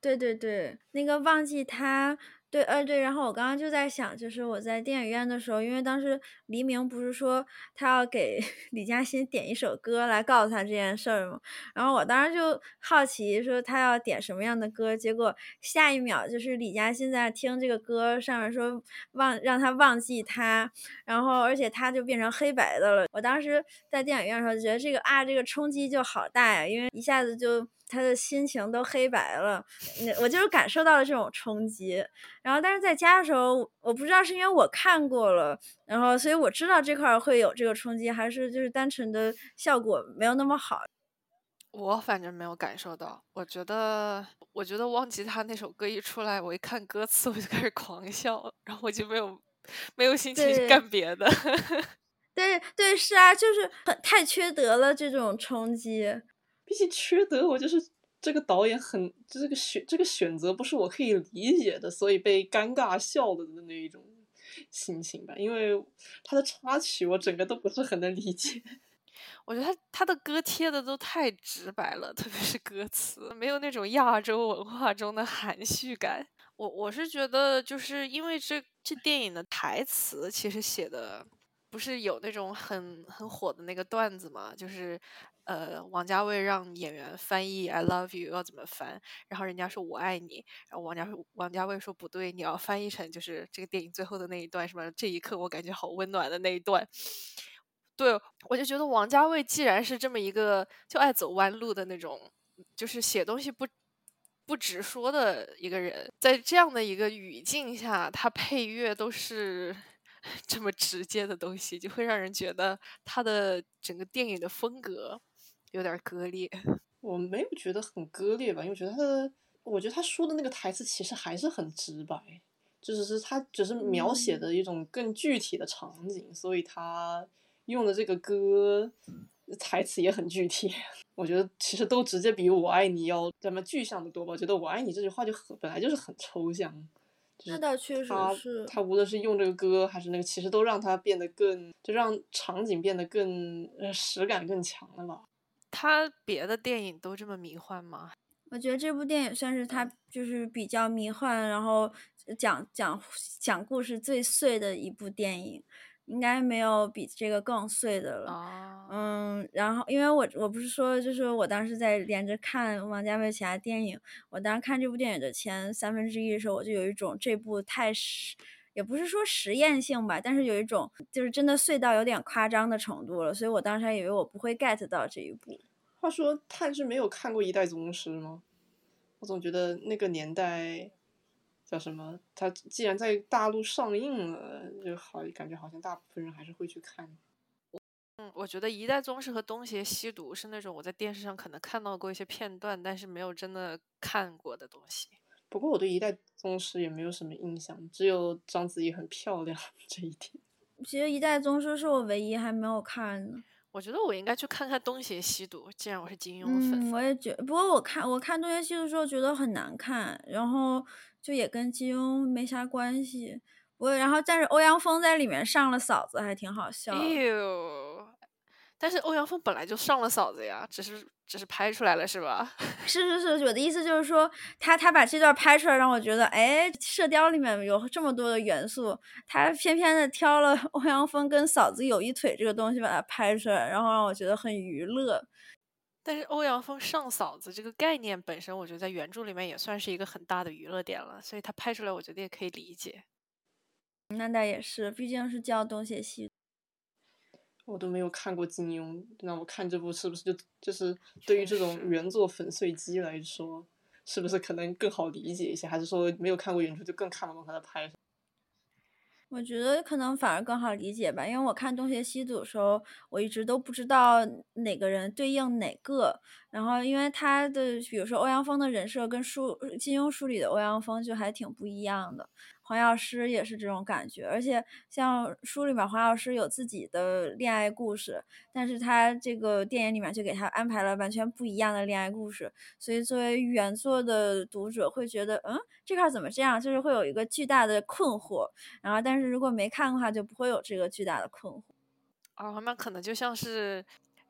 对对对，那个忘记他，对，呃，对，然后我刚刚就在想，就是我在电影院的时候，因为当时黎明不是说他要给李嘉欣点一首歌来告诉他这件事儿吗？然后我当时就好奇说他要点什么样的歌，结果下一秒就是李嘉欣在听这个歌，上面说忘让他忘记他，然后而且他就变成黑白的了。我当时在电影院的时候觉得这个啊，这个冲击就好大呀，因为一下子就他的心情都黑白了，我就是感受到了这种冲击。然后但是在家的时候，我不知道是因为我看过了，然后所以我知道这块会有这个冲击，还是就是单纯的效果没有那么好。 我反正没有感受到，我觉得，我觉得忘记他那首歌一出来，我一看歌词我就开始狂笑，然后我就没有没有心情对干别的。 对对，是啊，就是很太缺德了这种冲击。 比起缺德，我就是这个导演很这个选这个选择不是我可以理解的，所以被尴尬笑了的那一种心情吧。因为他的插曲我整个都不是很能理解。 我觉得他他的歌贴的都太直白了，特别是歌词，没有那种亚洲文化中的含蓄感。我我是觉得，就是因为这这电影的台词其实写的不是有那种很很火的那个段子嘛，就是呃，王家卫让演员翻译 "I love you" 要怎么翻，然后人家说我爱你，然后王家说王家卫说不对，你要翻译成就是这个电影最后的那一段，什么这一刻我感觉好温暖的那一段。对，我就觉得王家卫既然是这么一个就爱走弯路的那种，就是写东西不不直说的一个人，在这样的一个语境下，他配乐都是这么直接的东西，就会让人觉得他的整个电影的风格有点割裂。 我没有觉得很割裂吧，因为我觉得他的，我觉得他说的那个台词其实还是很直白，就只是他只是描写的一种更具体的场景，所以他用的这个歌台词也很具体。我觉得其实都直接比我爱你要咱们具象的多吧。我觉得我爱你这句话就很本来就是很抽象，就是那倒确实他是。 他无论是用这个歌还是那个，其实都让它变得更，就让场景变得更呃实感更强了吧。 他别的电影都这么迷幻吗？ 我觉得这部电影算是他就是比较迷幻，然后讲讲讲故事最碎的一部电影，应该没有比这个更碎的了。 啊， 嗯，然后因为我我不是说，就是我当时在连着看王家卫其他电影，我当时看这部电影的前三分之一的时候，我就有一种这部太实，也不是说实验性吧，但是有一种就是真的碎到有点夸张的程度了，所以我当时还以为我不会 get 到这一部。 话说，探是没有看过《一代宗师》吗？我总觉得那个年代叫什么？他既然在大陆上映了，就好感觉好像大部分人还是会去看。 嗯，我觉得《一代宗师》和《东邪西毒》是那种我在电视上可能看到过一些片段，但是没有真的看过的东西。 不过我对《一代宗师》也没有什么印象，只有章子怡很漂亮这一点。 其实《一代宗师》是我唯一还没有看的。 我觉得我应该去看看《东邪西毒》，既然我是金庸粉。 嗯，我也觉，不过我看我看《东邪西毒》的时候觉得很难看，然后就也跟金庸没啥关系。我然后但是欧阳锋在里面上了嫂子，还挺好笑的。 哎呦，但是欧阳锋本来就上了嫂子呀，只是只是拍出来了是吧？ 是是是，我的意思就是说，他他把这段拍出来，让我觉得，哎，射雕里面有这么多的元素，他偏偏的挑了欧阳锋跟嫂子有一腿这个东西把它拍出来，然后让我觉得很娱乐。 但是欧阳锋上嫂子这个概念本身，我觉得在原著里面也算是一个很大的娱乐点了，所以他拍出来，我觉得也可以理解。 那倒也是，毕竟是叫东邪西毒。 我都没有看过金庸，那我看这部是不是就就是对于这种原作粉碎机来说，是不是可能更好理解一些？还是说没有看过原著就更看不懂他的拍？ 我觉得可能反而更好理解吧，因为我看东邪西毒的时候，我一直都不知道哪个人对应哪个。然后因为他的，比如说欧阳锋的人设跟书金庸书里的欧阳锋就还挺不一样的。黄药师也是这种感觉，而且像书里面黄药师有自己的恋爱故事，但是他这个电影里面就给他安排了完全不一样的恋爱故事，所以作为原作的读者会觉得，嗯，这块怎么这样，就是会有一个巨大的困惑。然后但是如果没看的话，就不会有这个巨大的困惑。 哦，那可能就像是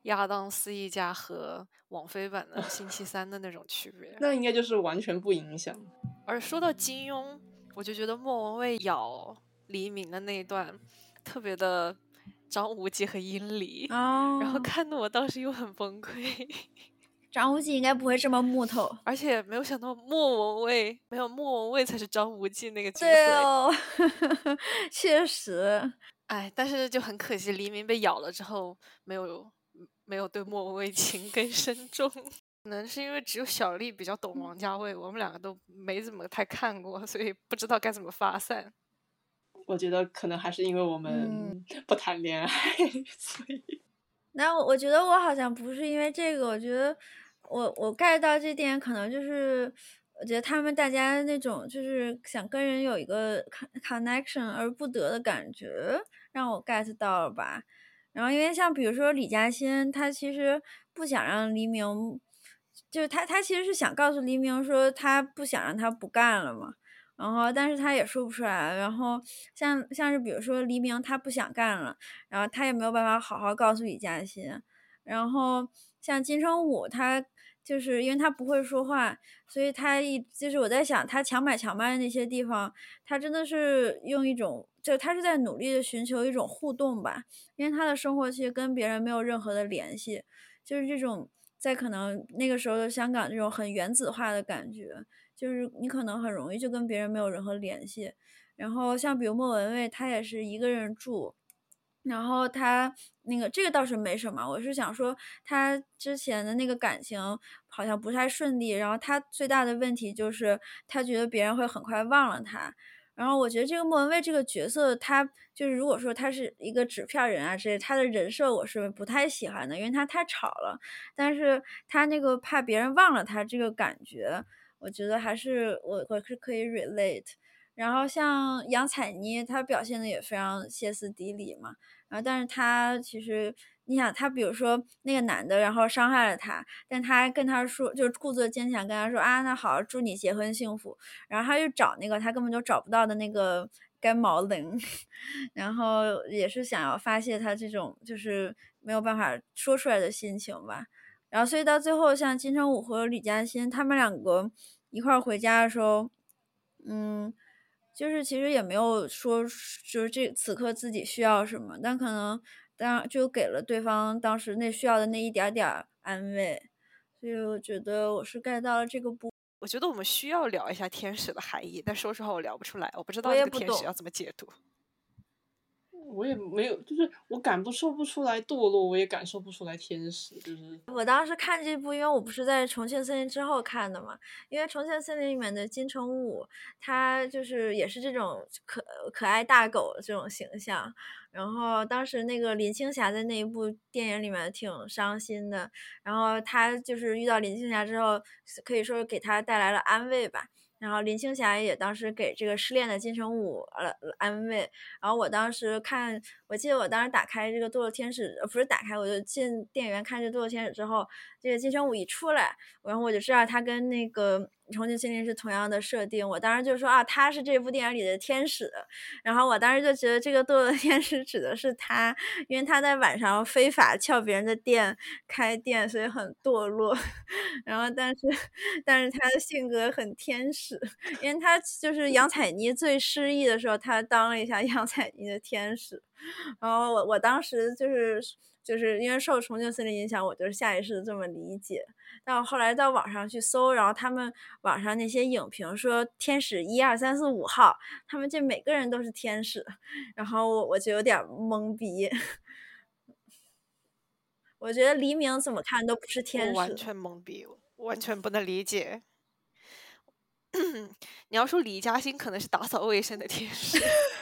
亚当斯一家和网飞版的星期三的那种区别。 那应该就是完全不影响。 而说到金庸，我就觉得莫文蔚咬黎明的那一段特别的张无忌和殷离， 哦， 然后看得我当时又很崩溃。 张无忌应该不会这么木头， 而且没有想到莫文蔚，没有莫文蔚才是张无忌那个角色。 对哦，确实。 哎，但是就很可惜，黎明被咬了之后，没有没有对莫文蔚情更深重。可能是因为只有小丽比较懂王家卫，我们两个都没怎么太看过，所以不知道该怎么发散。 我觉得可能还是因为我们嗯不谈恋爱，所以那我我觉得我好像不是因为这个，我觉得我我 get 到这点可能就是我觉得他们大家那种就是想跟人有一个 connection 而不得的感觉，让我 get 到了吧。然后因为像比如说李嘉欣，他其实不想让黎明，就是他他其实是想告诉黎明说他不想让他不干了嘛。然后，但是他也说不出来。然后像像是比如说黎明他不想干了，然后他也没有办法好好告诉李嘉欣。然后像金城武，他就是因为他不会说话，所以他一就是我在想，他强买强卖的那些地方，他真的是用一种，就他是在努力的寻求一种互动吧，因为他的生活其实跟别人没有任何的联系，就是这种在可能那个时候的香港这种很原子化的感觉。就是你可能很容易就跟别人没有任何联系。然后像比如莫文蔚，她也是一个人住，然后她那个这个倒是没什么，我是想说她之前的那个感情好像不太顺利，然后她最大的问题就是她觉得别人会很快忘了她。然后我觉得这个莫文蔚这个角色，她就是如果说她是一个纸片人啊之类，她的人设我是不太喜欢的，因为她太吵了。但是她那个怕别人忘了她这个感觉，我觉得还是我我是可以 relate。然后像杨采妮，她表现的也非常歇斯底里嘛。然后但是她其实你想，她比如说那个男的，然后伤害了她，但她跟他说，就是故作坚强跟他说啊，那好，祝你结婚幸福。然后他就找那个他根本就找不到的那个干毛棱，然后也是想要发泄他这种就是没有办法说出来的心情吧。然后所以到最后像金城武和李嘉欣他们两个一块儿回家的时候，嗯，就是其实也没有说就是这此刻自己需要什么，但可能当就给了对方当时那需要的那一点点安慰。所以我觉得我是 get 到了这个部我觉得我们需要聊一下天使的含义，但说实话我聊不出来，我不知道我也不这个天使懂要怎么解读。 我也没有，就是我感受不出来堕落，我也感受不出来天使，就是我当时看这部，因为我不是在《重庆森林》之后看的嘛，因为《重庆森林》里面的金城武，他就是也是这种可可爱大狗这种形象。然后当时那个林青霞在那一部电影里面挺伤心的，然后他就是遇到林青霞之后，可以说给他带来了安慰吧。然后林青霞也当时给这个失恋的金城武呃安慰。然后我当时看，我记得我当时打开这个堕落天使，呃不是打开，我就进电影院看这个堕落天使之后，这个金城武一出来，然后我就知道他跟那个重庆森林是同样的设定。我当时就说啊，他是这部电影里的天使。然后我当时就觉得这个堕落天使指的是他，因为他在晚上非法撬别人的店开店，所以很堕落。然后但是但是他的性格很天使，因为他就是杨采妮最失意的时候，他当了一下杨采妮的天使。然后我我当时就是就是因为受重庆森林影响，我就是下意识的这么理解。但我后来到网上去搜，然后他们网上那些影评说天使一二三四五号，他们这每个人都是天使，然后我我就有点懵逼。我觉得黎明怎么看都不是天使。 我完全懵逼，完全不能理解。你要说李嘉欣可能是打扫卫生的天使。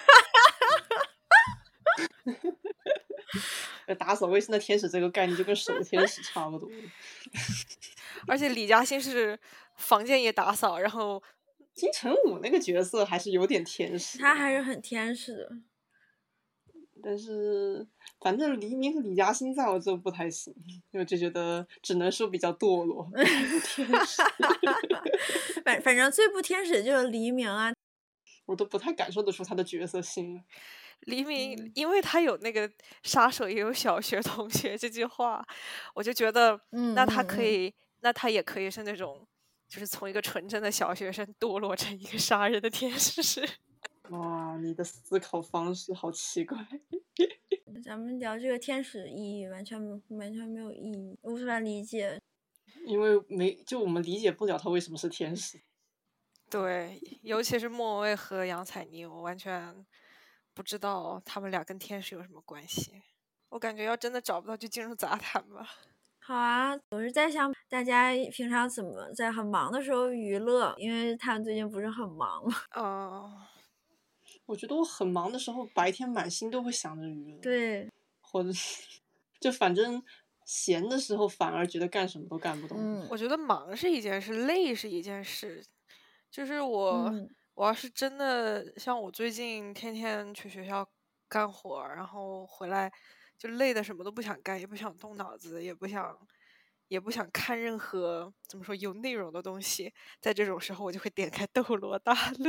打扫卫生的天使这个概念就跟守天使差不多。 而且李嘉欣是房间也打扫，然后金城武那个角色还是有点天使， 他还是很天使的。 但是反正黎明和李嘉欣在我这不太行，因为就觉得只能说比较堕落，天使。 反反正最不天使就是黎明啊。 我都不太感受得出他的角色性。 黎明， 嗯因为他有那个杀手也有小学同学这句话，我就觉得嗯那他嗯嗯， 可以，那他也可以是那种，就是从一个纯真的小学生堕落成一个杀人的天使。 哇，你的思考方式好奇怪。 咱们聊这个天使的意义完全没完全没有意义，无法理解。 因为没就我们理解不了他为什么是天使。 对，尤其是莫文蔚和杨采妮，我完全不知道他们俩跟天使有什么关系。我感觉要真的找不到，就进入杂谈吧。 好啊，我是在想大家平常怎么在很忙的时候娱乐，因为他们最近不是很忙嘛。 嗯， 我觉得我很忙的时候，白天满心都会想着娱乐， 对， 或者就反正闲的时候反而觉得干什么都干不动。 嗯我觉得忙是一件事，累是一件事。就是我， 嗯我要是真的像我最近天天去学校干活儿，然后回来就累的什么都不想干，也不想动脑子，也不想，也不想看任何怎么说有内容的东西。在这种时候，我就会点开《斗罗大陆》。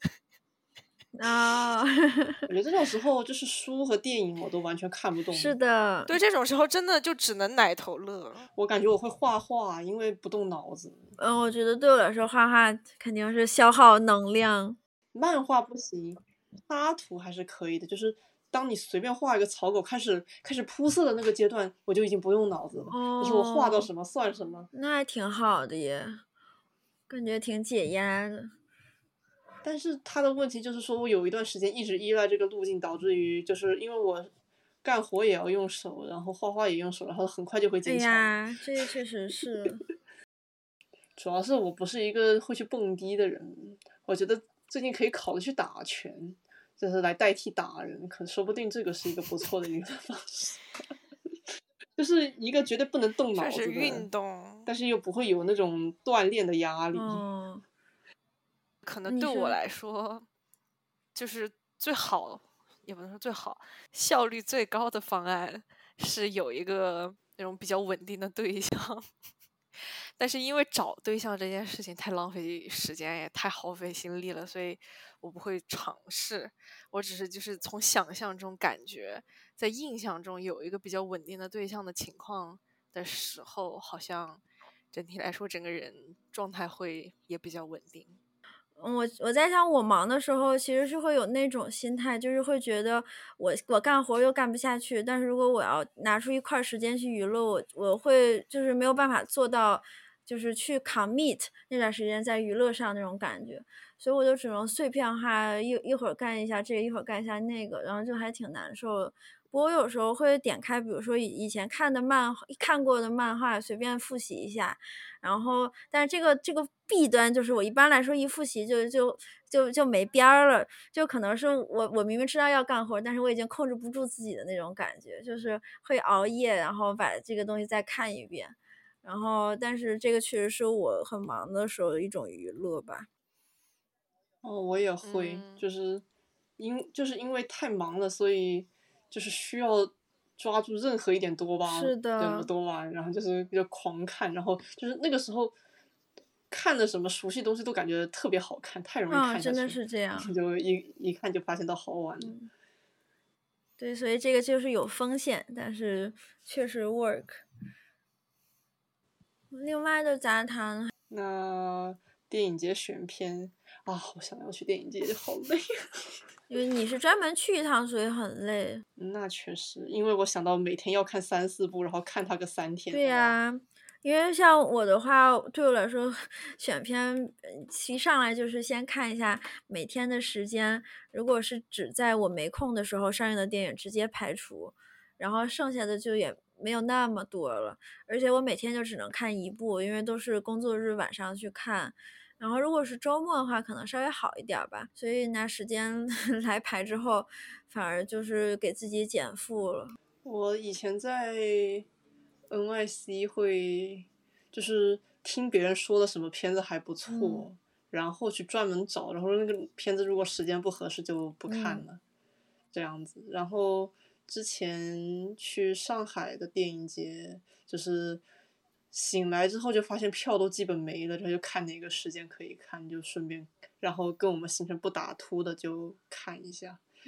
啊， 我觉得这种时候就是书和电影我都完全看不动。 是的， 对，这种时候真的就只能奶头乐。 我感觉我会画画，因为不动脑子。 嗯，我觉得对我来说画画肯定是消耗能量。 漫画不行，插图还是可以的，就是当你随便画一个草稿开始开始铺色的那个阶段，我就已经不用脑子了，就是我画到哦， 什么算什么。 那还挺好的耶，感觉挺解压的。 但是他的问题就是说，我有一段时间一直依赖这个路径，导致于就是因为我干活也要用手，然后画画也用手，然后很快就会哎坚强。 呀，这确实是。 主要是我不是一个会去蹦迪的人，我觉得最近可以考虑去打拳，就是来代替打人，可说不定这个是一个不错的娱乐方式。就是一个绝对不能动脑子的确实运动， 但是又不会有那种锻炼的压力。 哦， 可能你说对我来说，就是最好，也不能说最好，效率最高的方案是有一个那种比较稳定的对象。但是因为找对象这件事情太浪费时间，也太耗费心力了，所以我不会尝试。我只是就是从想象中感觉，在印象中有一个比较稳定的对象的情况的时候，好像整体来说整个人状态会也比较稳定。 我我在想，我忙的时候其实是会有那种心态，就是会觉得我我干活又干不下去，但是如果我要拿出一块时间去娱乐，我我会就是没有办法做到，就是去 commit 那段时间在娱乐上那种感觉，所以我就只能碎片化，一一会儿干一下这个，一会儿干一下那个，然后就还挺难受的。不过我有时候会点开，比如说以以前看的漫看过的漫画，随便复习一下。然后，但是这个这个弊端就是，我一般来说一复习就就就就没边儿了，就可能是我我明明知道要干活，但是我已经控制不住自己的那种感觉，就是会熬夜，然后把这个东西再看一遍。然后，但是这个确实是我很忙的时候的一种娱乐吧。 哦，我也会， 嗯， 就是因就是因为太忙了，所以就是需要抓住任何一点多巴是对吗？ 的， 多巴胺，然后就是就狂看，然后就是那个时候看的什么熟悉东西都感觉特别好看，太容易嗯， 看下真的去， 是这样。 就一一看就发现到好晚了。 嗯，对，所以这个就是有风险，但是确实 work。另外的杂谈， 那电影节选片啊，我想要去电影节，好累。 因为你是专门去一趟，所以很累。 那确实，因为我想到每天要看三四部，然后看它个三天。 对呀、 哇因为像我的话，对我来说，选片呃一上来就是先看一下每天的时间，如果是只在我没空的时候上映的电影，直接排除，然后剩下的就也没有那么多了。而且我每天就只能看一部，因为都是工作日晚上去看。然后如果是周末的话，可能稍微好一点吧。所以拿时间来排之后，反而就是给自己减负了。 我以前在 N Y C 会就是听别人说的什么片子还不错， 嗯然后去专门找，然后那个片子如果时间不合适就不看嗯了，这样子。然后之前去上海的电影节，就是醒来之后就发现票都基本没了，然后就看哪个时间可以看，就顺便，然后跟我们行程不打突的就看一下。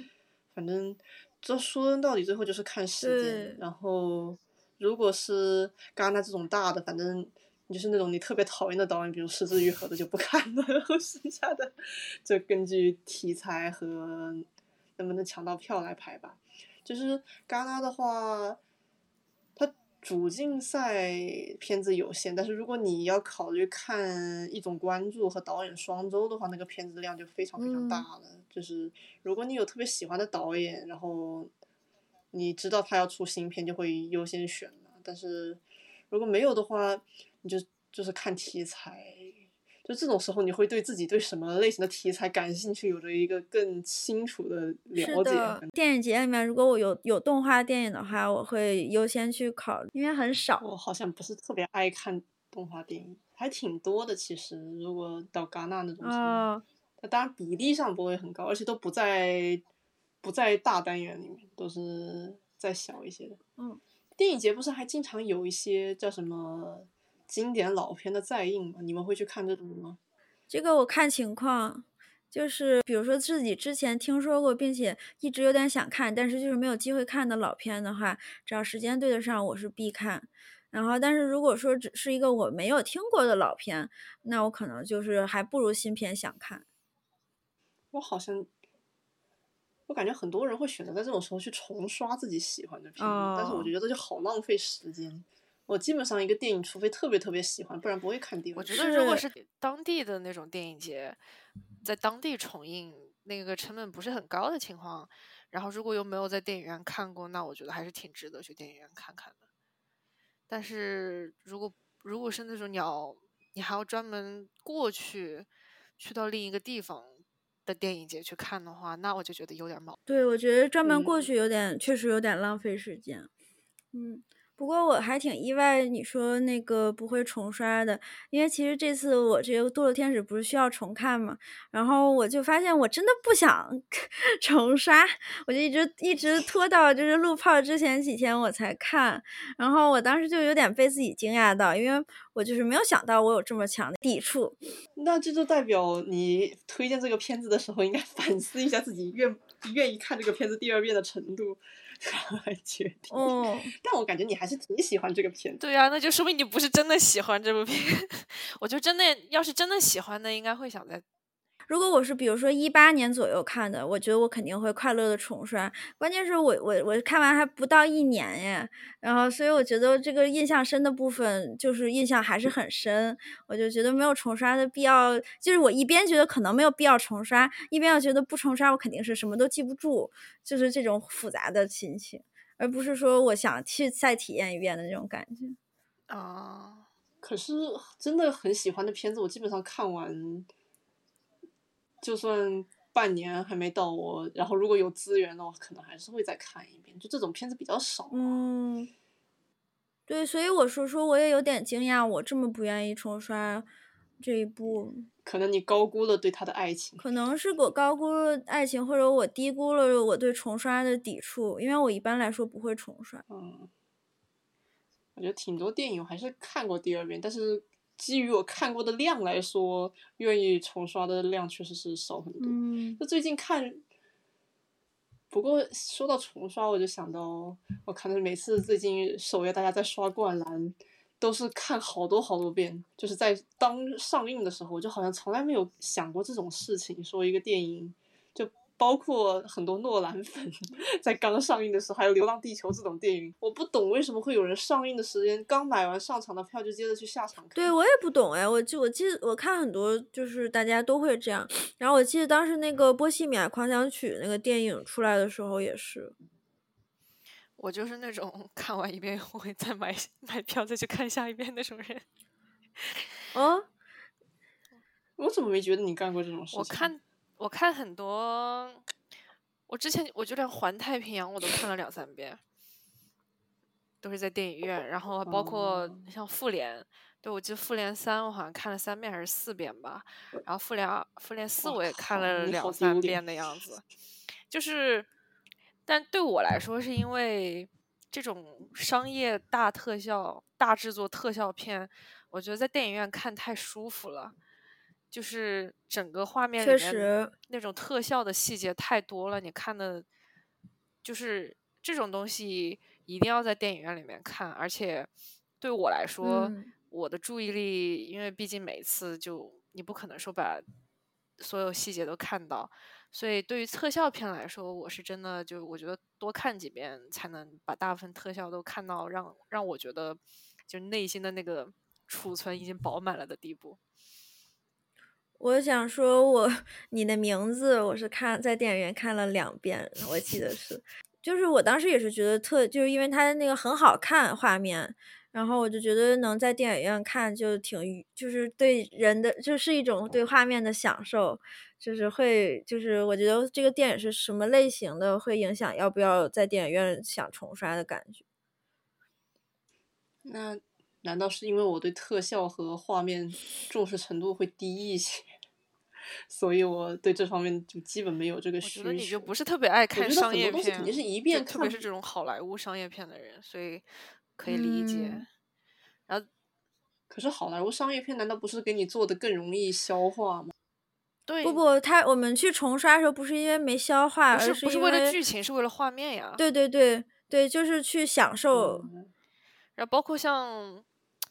反正这说到底最后就是看时间。 对， 然后如果是戛纳这种大的，反正你就是那种你特别讨厌的导演，比如失之愈合的就不看了，然后剩下的就根据题材和能不能抢到票来排吧。就是戛纳的话，它主竞赛片子有限，但是如果你要考虑看一种关注和导演双周的话，那个片子量就非常非常大了。 嗯、 就是如果你有特别喜欢的导演，然后你知道他要出新片，就会优先选嘛。但是如果没有的话，你就就是看题材。就这种时候，你会对自己对什么类型的题材感兴趣，有着一个更清楚的了解。 是的，电影节里面如果我有有动画电影的话，我会优先去考虑，因为很少。 我好像不是特别爱看动画电影，还挺多的。其实如果到戛纳那种程度， 哦， 那当然比例上不会很高，而且都不在不在大单元里面，都是再小一些的。 嗯， 电影节不是还经常有一些叫什么经典老片的再映吗？你们会去看这种吗？ 这个我看情况，就是比如说自己之前听说过，并且一直有点想看，但是就是没有机会看的老片的话，只要时间对得上，我是必看。然后，但是如果说只是一个我没有听过的老片，那我可能就是还不如新片想看。 我好像我感觉很多人会选择在这种时候去重刷自己喜欢的片子， 哦， 但是我觉得就好浪费时间。我基本上一个电影，除非特别特别喜欢，不然不会看第二我遍。 觉得如果是当地的那种电影节，在当地重映，那个成本不是很高的情况，然后如果又没有在电影院看过，那我觉得还是挺值得去电影院看看的。但是如果如果是那种你要你还要专门过去去到另一个地方的电影节去看的话，那我就觉得有点毛。 对，我觉得专门过嗯去有点，确实有点浪费时间。嗯，不过我还挺意外，你说那个不会重刷的，因为其实这次我这个《堕落天使》不是需要重看嘛，然后我就发现我真的不想重刷，我就一直一直拖到就是录炮之前几天我才看，然后我当时就有点被自己惊讶到，因为我就是没有想到我有这么强的抵触。 那这就代表你推荐这个片子的时候，应该反思一下自己愿愿意看这个片子第二遍的程度，然后来决定。 哦， 但我感觉你还是挺喜欢这个片子。 对呀、啊，那就说明你不是真的喜欢这部片。我就真的要是真的喜欢的，应该会想在。 如果我是比如说一八年左右看的，我觉得我肯定会快乐的重刷。关键是我我我看完还不到一年耶，然后所以我觉得这个印象深的部分就是印象还是很深，我就觉得没有重刷的必要。就是我一边觉得可能没有必要重刷，一边又觉得不重刷我肯定是什么都记不住，就是这种复杂的心情，而不是说我想去再体验一遍的那种感觉。 啊， 可是真的很喜欢的片子，我基本上看完，就算半年还没到我，然后如果有资源的话，可能还是会再看一遍。就这种片子比较少、啊。 嗯，对，所以我说说我也有点惊讶，我这么不愿意重刷这一部。 可能你高估了对他的爱情。 可能是我高估了爱情，或者我低估了我对重刷的抵触，因为我一般来说不会重刷。 嗯，我觉得挺多电影我还是看过第二遍，但是基于我看过的量来说，愿意重刷的量确实是少很多。 嗯， 就最近看，不过说到重刷，我就想到，我可能每次最近首页大家在刷《灌篮》，都是看好多好多遍，就是在当上映的时候，我就好像从来没有想过这种事情，说一个电影就。包括很多诺兰粉在刚上映的时候，还有《流浪地球》这种电影，我不懂为什么会有人上映的时间刚买完上场的票就接着去下场看。 对，我也不懂哎，我记我记得我看很多就是大家都会这样，然后我记得当时那个《波西米亚狂想曲》那个电影出来的时候也是。 我就是那种看完一遍我会再买买票再去看下一遍那种人。 哦， 我怎么没觉得你干过这种事情？ 我看我看很多，我之前我就连《环太平洋》我都看了两三遍，都是在电影院，然后包括像《复联》，对，我记得《复联三》我好像看了三遍还是四遍吧，然后《复联二》《复联四》我也看了两三遍的样子，就是，但对我来说是因为这种商业大特效、大制作特效片，我觉得在电影院看太舒服了。就是整个画面里面那种特效的细节太多了，你看的就是这种东西一定要在电影院里面看，而且对我来说， 嗯， 我的注意力，因为毕竟每次就你不可能说把所有细节都看到，所以对于特效片来说，我是真的就我觉得多看几遍才能把大部分特效都看到，让让我觉得就内心的那个储存已经饱满了的地步。 我想说我你的名字我是看在电影院看了两遍，我记得是，就是我当时也是觉得特，就是因为它的那个很好看画面，然后我就觉得能在电影院看就挺愉，就是对人的就是一种对画面的享受，就是会就是我觉得这个电影是什么类型的，会影响要不要在电影院想重刷的感觉。 那难道是因为我对特效和画面重视程度会低一些，所以我对这方面就基本没有这个我觉需得你就求？ 不是特别爱我看商觉得很多业片， 东西肯定是一就遍看， 特别是这种好莱坞商业片的人，所以可以理解。 嗯， 然后可是好莱坞商业片难道不是给你做的更容易消化吗？ 对， 不不，他我们去重刷的时候不是因为没消化，而不是不是为了因为剧情，是为了画面呀。 对对对对，就是去享受。 嗯， 然后包括像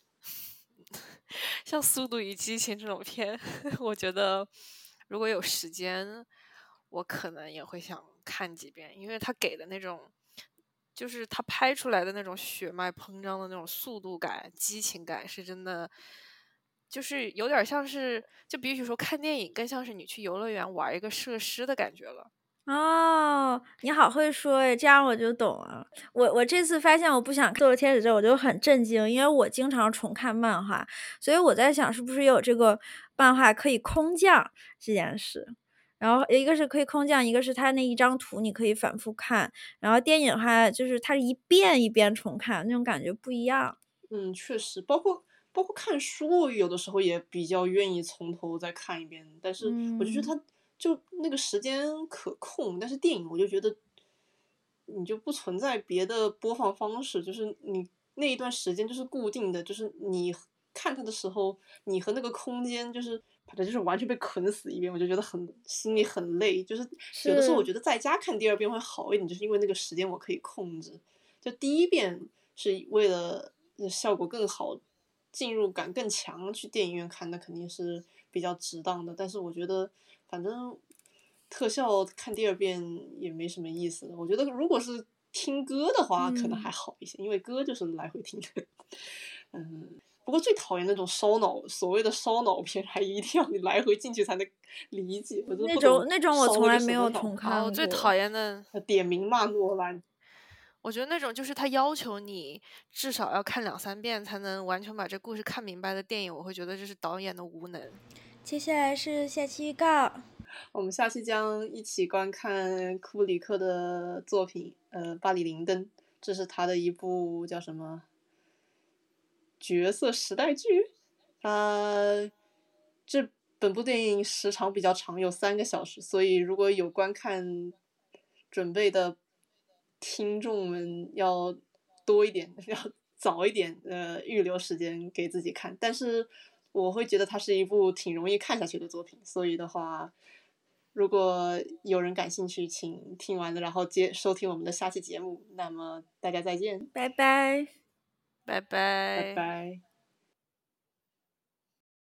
像《速度与激情》这种片，我觉得如果有时间，我可能也会想看几遍，因为他给的那种，就是他拍出来的那种血脉膨胀的那种速度感、激情感，是真的，就是有点像是，就比如说看电影，更像是你去游乐园玩一个设施的感觉了。 哦，你好会说诶，这样我就懂了。我我这次发现我不想做了天使之后，我就很震惊，因为我经常重看漫画，所以我在想是不是有这个漫画可以空降这件事。然后一个是可以空降，一个是它那一张图你可以反复看，然后电影的话就是它是一遍一遍重看，那种感觉不一样。 嗯，确实，包括包括看书，有的时候也比较愿意从头再看一遍。但是我就觉得嗯， 它就那个时间可控，但是电影我就觉得你就不存在别的播放方式，就是你那一段时间就是固定的，就是你看它的时候，你和那个空间就是反正就是完全被捆死一遍，我就觉得很心里很累。就是有的时候我是， 觉得在家看第二遍会好一点，就是因为那个时间我可以控制。就第一遍是为了效果更好、进入感更强去电影院看，那肯定是比较值当的。但是我觉得，反正特效看第二遍也没什么意思。我觉得如果是听歌的话，可能还嗯。 好一些，因为歌就是来回听的。嗯，不过最讨厌那种烧脑，所谓的烧脑片，还一定要你来回进去才能理解，我就那不懂种那种我烧了个从来没什么脑。 有重哦，我最讨看过。 厌的， 点名骂诺兰， 我觉得那种就是他要求你至少要看两三遍才能完全把这故事看明白的电影，我会觉得这是导演的无能。 接下来是下期预告。 我们下期将一起观看库布里克的作品，呃，《巴里林登》，这是他的一部叫什么角色时代剧。啊，这本部电影时长比较长，有三个小时，所以如果有观看准备的听众们要多一点，要早一点，呃，预留时间给自己看。但是我会觉得它是一部挺容易看下去的作品，所以的话，如果有人感兴趣，请听完了然后接收听我们的下期节目。那么大家再见， 拜拜。 拜拜拜。 拜。